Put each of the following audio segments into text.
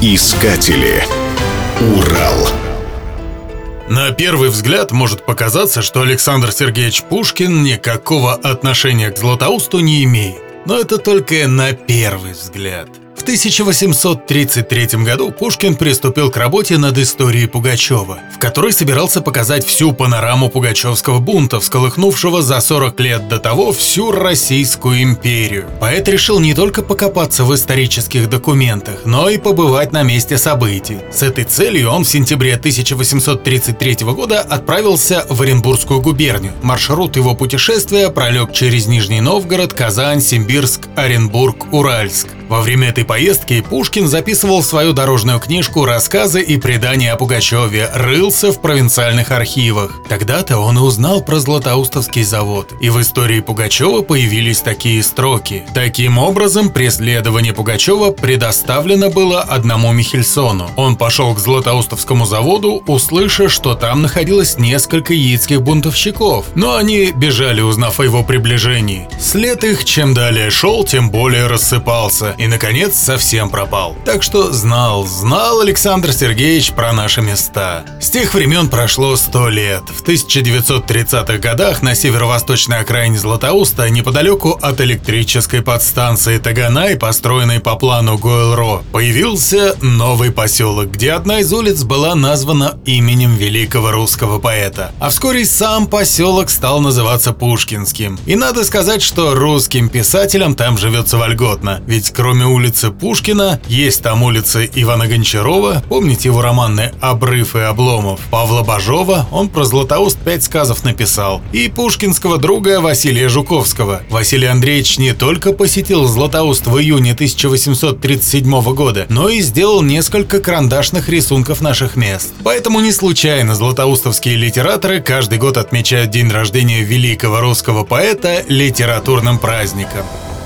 Искатели. Урал. На первый взгляд может показаться, что Александр Сергеевич Пушкин никакого отношения к Златоусту не имеет. Но это только на первый взгляд. В 1833 году Пушкин приступил к работе над историей Пугачева, в которой собирался показать всю панораму пугачевского бунта, всколыхнувшего за 40 лет до того всю Российскую империю. Поэт решил не только покопаться в исторических документах, но и побывать на месте событий. С этой целью он в сентябре 1833 года отправился в Оренбургскую губернию. Маршрут его путешествия пролег через Нижний Новгород, Казань, Симбирск, Оренбург, Уральск. Во время этой поездки Пушкин записывал свою дорожную книжку, рассказы и предания о Пугачеве, рылся в провинциальных архивах. Тогда-то он и узнал про Златоустовский завод, и в истории Пугачева появились такие строки. Таким образом, преследование Пугачева предоставлено было одному Михельсону. Он пошел к Златоустовскому заводу, услыша, что там находилось несколько яицких бунтовщиков, но они бежали, узнав о его приближении. След их чем далее шел, тем более рассыпался. И, наконец, совсем пропал. Так что знал Александр Сергеевич про наши места. С тех времен прошло 100 лет. В 1930-х годах на северо-восточной окраине Златоуста, неподалеку от электрической подстанции Таганай, построенной по плану Гойл-Ро, появился новый поселок, где одна из улиц была названа именем великого русского поэта. А вскоре сам поселок стал называться Пушкинским. И надо сказать, что русским писателям там живется вольготно. Ведь кроме улицы Пушкина, есть там улица Ивана Гончарова, помните его романы «Обрыв» и «Обломов», Павла Бажова, он про Златоуст 5 сказов написал, и пушкинского друга Василия Жуковского. Василий Андреевич не только посетил Златоуст в июне 1837 года, но и сделал несколько карандашных рисунков наших мест. Поэтому не случайно златоустовские литераторы каждый год отмечают день рождения великого русского поэта литературным праздником.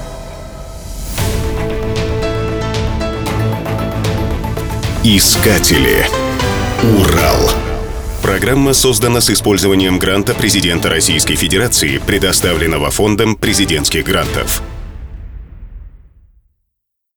Искатели. Урал. Программа создана с использованием гранта президента Российской Федерации, предоставленного Фондом президентских грантов.